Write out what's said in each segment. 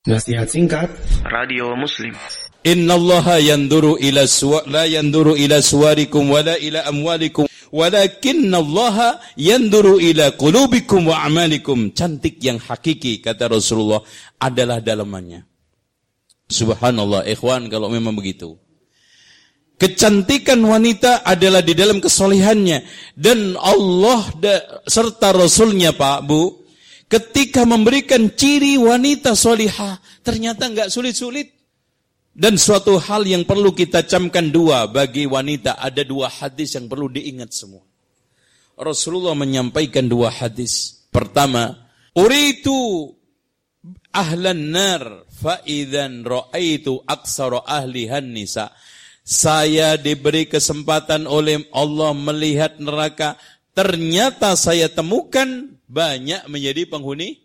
Nasihat singkat Radio Muslim. Innallaha yanduru ila la yanduru ila suwarikum wala ila amwalikum walakinnallaha yanduru ila qulubikum wa a'malikum. Cantik yang hakiki kata Rasulullah adalah dalamannya. Subhanallah ikhwan, kalau memang begitu. Kecantikan wanita adalah di dalam kesolehannya, dan Allah serta Rasulnya Pak Bu ketika memberikan ciri wanita solihah ternyata enggak sulit-sulit. Dan suatu hal yang perlu kita camkan dua bagi wanita, ada dua hadis yang perlu diingat semua. Rasulullah menyampaikan dua hadis. Pertama, uritu ahlan nar fa idzan raaitu aksara ahlihan nisa. Saya diberi kesempatan oleh Allah melihat neraka, ternyata saya temukan banyak menjadi penghuni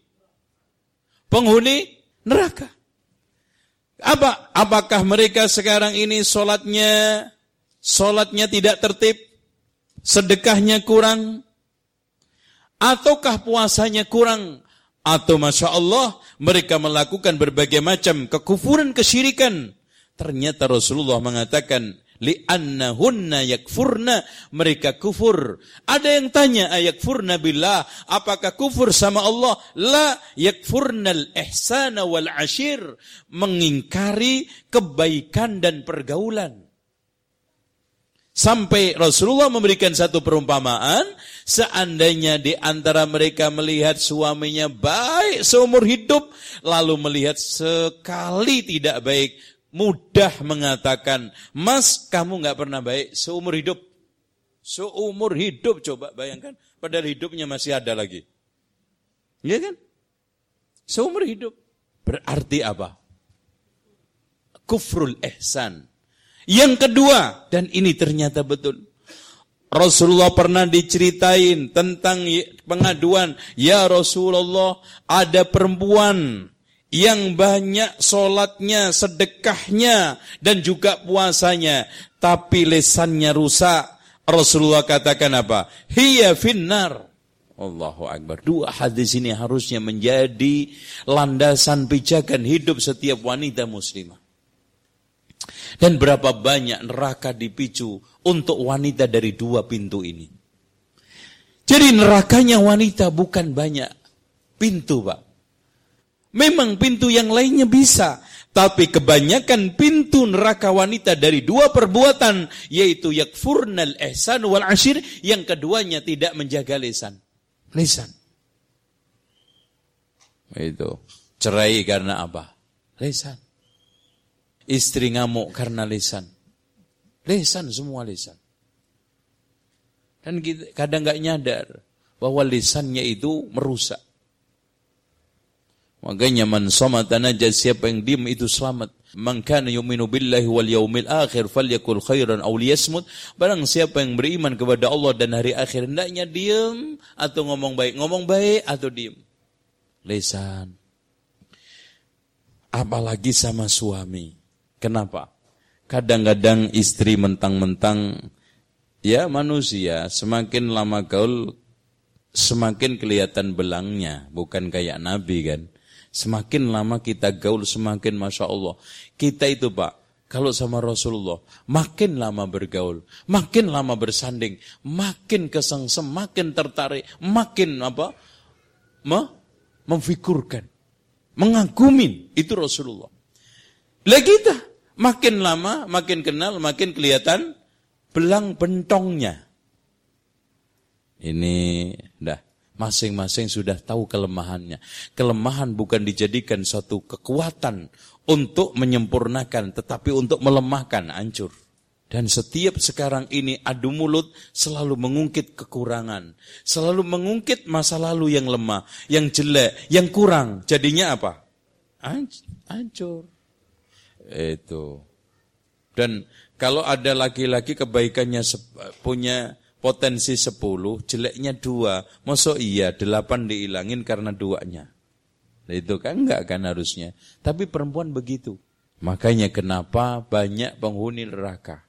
neraka. Apakah mereka sekarang ini solatnya tidak tertib, sedekahnya kurang, ataukah puasanya kurang, atau masya Allah mereka melakukan berbagai macam kekufuran, kesyirikan? Ternyata Rasulullah mengatakan li'annahunna yakfurna, mereka kufur. Ada yang tanya, ayakfurna billah, apakah kufur sama Allah? La, yakfurnal ihsana wal ashir, mengingkari kebaikan dan pergaulan. Sampai Rasulullah memberikan satu perumpamaan, seandainya di antara mereka melihat suaminya baik seumur hidup, lalu melihat sekali tidak baik, mudah mengatakan, mas kamu gak pernah baik seumur hidup. Seumur hidup, coba bayangkan. Padahal hidupnya masih ada lagi. Ya kan? Seumur hidup. Berarti apa? Kufrul ihsan. Yang kedua, dan ini ternyata betul, Rasulullah pernah diceritain tentang pengaduan. Ya Rasulullah, ada perempuan yang banyak sholatnya, sedekahnya, dan juga puasanya, tapi lisannya rusak. Rasulullah katakan apa? Hiya finnar. Allahu Akbar. Dua hadis ini harusnya menjadi landasan pijakan hidup setiap wanita muslimah. Dan berapa banyak neraka dipicu untuk wanita dari dua pintu ini. Jadi nerakanya wanita bukan banyak pintu, Pak. Memang pintu yang lainnya bisa, tapi kebanyakan pintu neraka wanita dari dua perbuatan, yaitu yakfurnal ihsan wal ashir, yang keduanya tidak menjaga lisan. Itu cerai karena apa? Lisan. Istri ngamuk karena lisan. Semua lisan. Dan kita kadang enggak nyadar bahwa lisannya itu merusak. Makanya man somata naja, siapa yang diam itu selamat. Man kana yu'minu billahi wal yaumil akhir falyakul khairan aw liyasmut. Barang siapa yang beriman kepada Allah dan hari akhir, hendaknya diam atau ngomong baik atau diam. Lisan. Apalagi sama suami. Kenapa? Kadang-kadang istri mentang-mentang, ya manusia, semakin lama gaul semakin kelihatan belangnya, bukan kayak Nabi kan. Semakin lama kita gaul, semakin Masya Allah. Kita itu Pak, kalau sama Rasulullah, makin lama bergaul, makin lama bersanding, makin kesengsem, makin tertarik, makin memfikurkan, mengagumin. Itu Rasulullah. Lah kita, makin lama, makin kenal, makin kelihatan belang bentongnya. Ini dah. Masing-masing sudah tahu kelemahannya. Kelemahan bukan dijadikan suatu kekuatan untuk menyempurnakan, tetapi untuk melemahkan, hancur. Dan setiap sekarang ini adu mulut selalu mengungkit kekurangan. Selalu mengungkit masa lalu yang lemah, yang jelek, yang kurang. Jadinya apa? Hancur. Itu. Dan kalau ada laki-laki kebaikannya punya potensi 10, jeleknya 2. Masa iya 8 dihilangin karena 2-nya. Itu kan enggak kan harusnya. Tapi perempuan begitu. Makanya kenapa banyak penghuni neraka.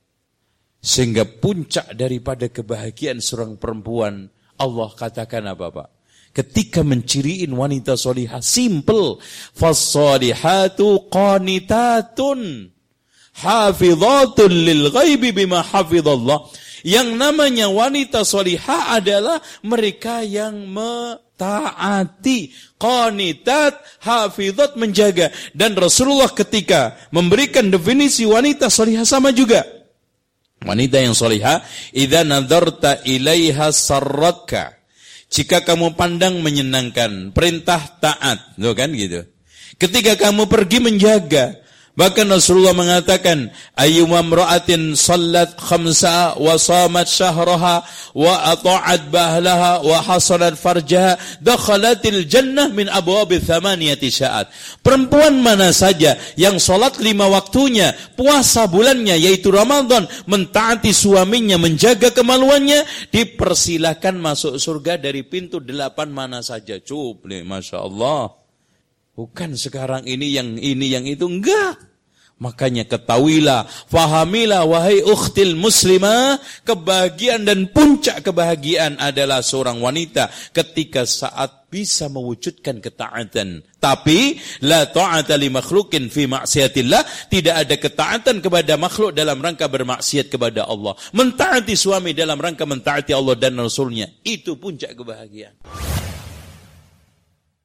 Sehingga puncak daripada kebahagiaan seorang perempuan, Allah katakan apa Pak? ketika menciriin wanita solihah, simple. Fassolihatu qanitatun hafizatun lil ghaibi bima hafizallah. Yang namanya wanita solihah adalah mereka yang mentaati. Qanitat, hafizat, menjaga. Dan Rasulullah ketika memberikan definisi wanita solihah sama juga. Wanita yang solihah, idza nadarta ilaiha sarratka. Jika kamu pandang menyenangkan, perintah taat, tuh kan gitu. Ketika kamu pergi menjaga, bahkan Rasulullah mengatakan, ayyuma imra'atin sallat khamsa wa shamat syahraha wa ata'at bahlaha wa hasanat farjaha dakhalatil jannah min abwabi thamaniyati sya'at. Perempuan mana saja yang salat 5 waktunya, puasa bulannya yaitu Ramadan, mentaati suaminya, menjaga kemaluannya, dipersilakan masuk surga dari pintu 8 mana saja. Cukup, Masya Allah. Bukan sekarang ini yang itu, enggak. Makanya ketahuilah, fahamilah wahai ukhtil muslimah, kebahagiaan dan puncak kebahagiaan adalah seorang wanita ketika saat bisa mewujudkan ketaatan. Tapi la ta'ata li makhluqin fi ma'siyatillah, tidak ada ketaatan kepada makhluk dalam rangka bermaksiat kepada Allah. Mentaati suami dalam rangka mentaati Allah dan Rasulnya, itu puncak kebahagiaan.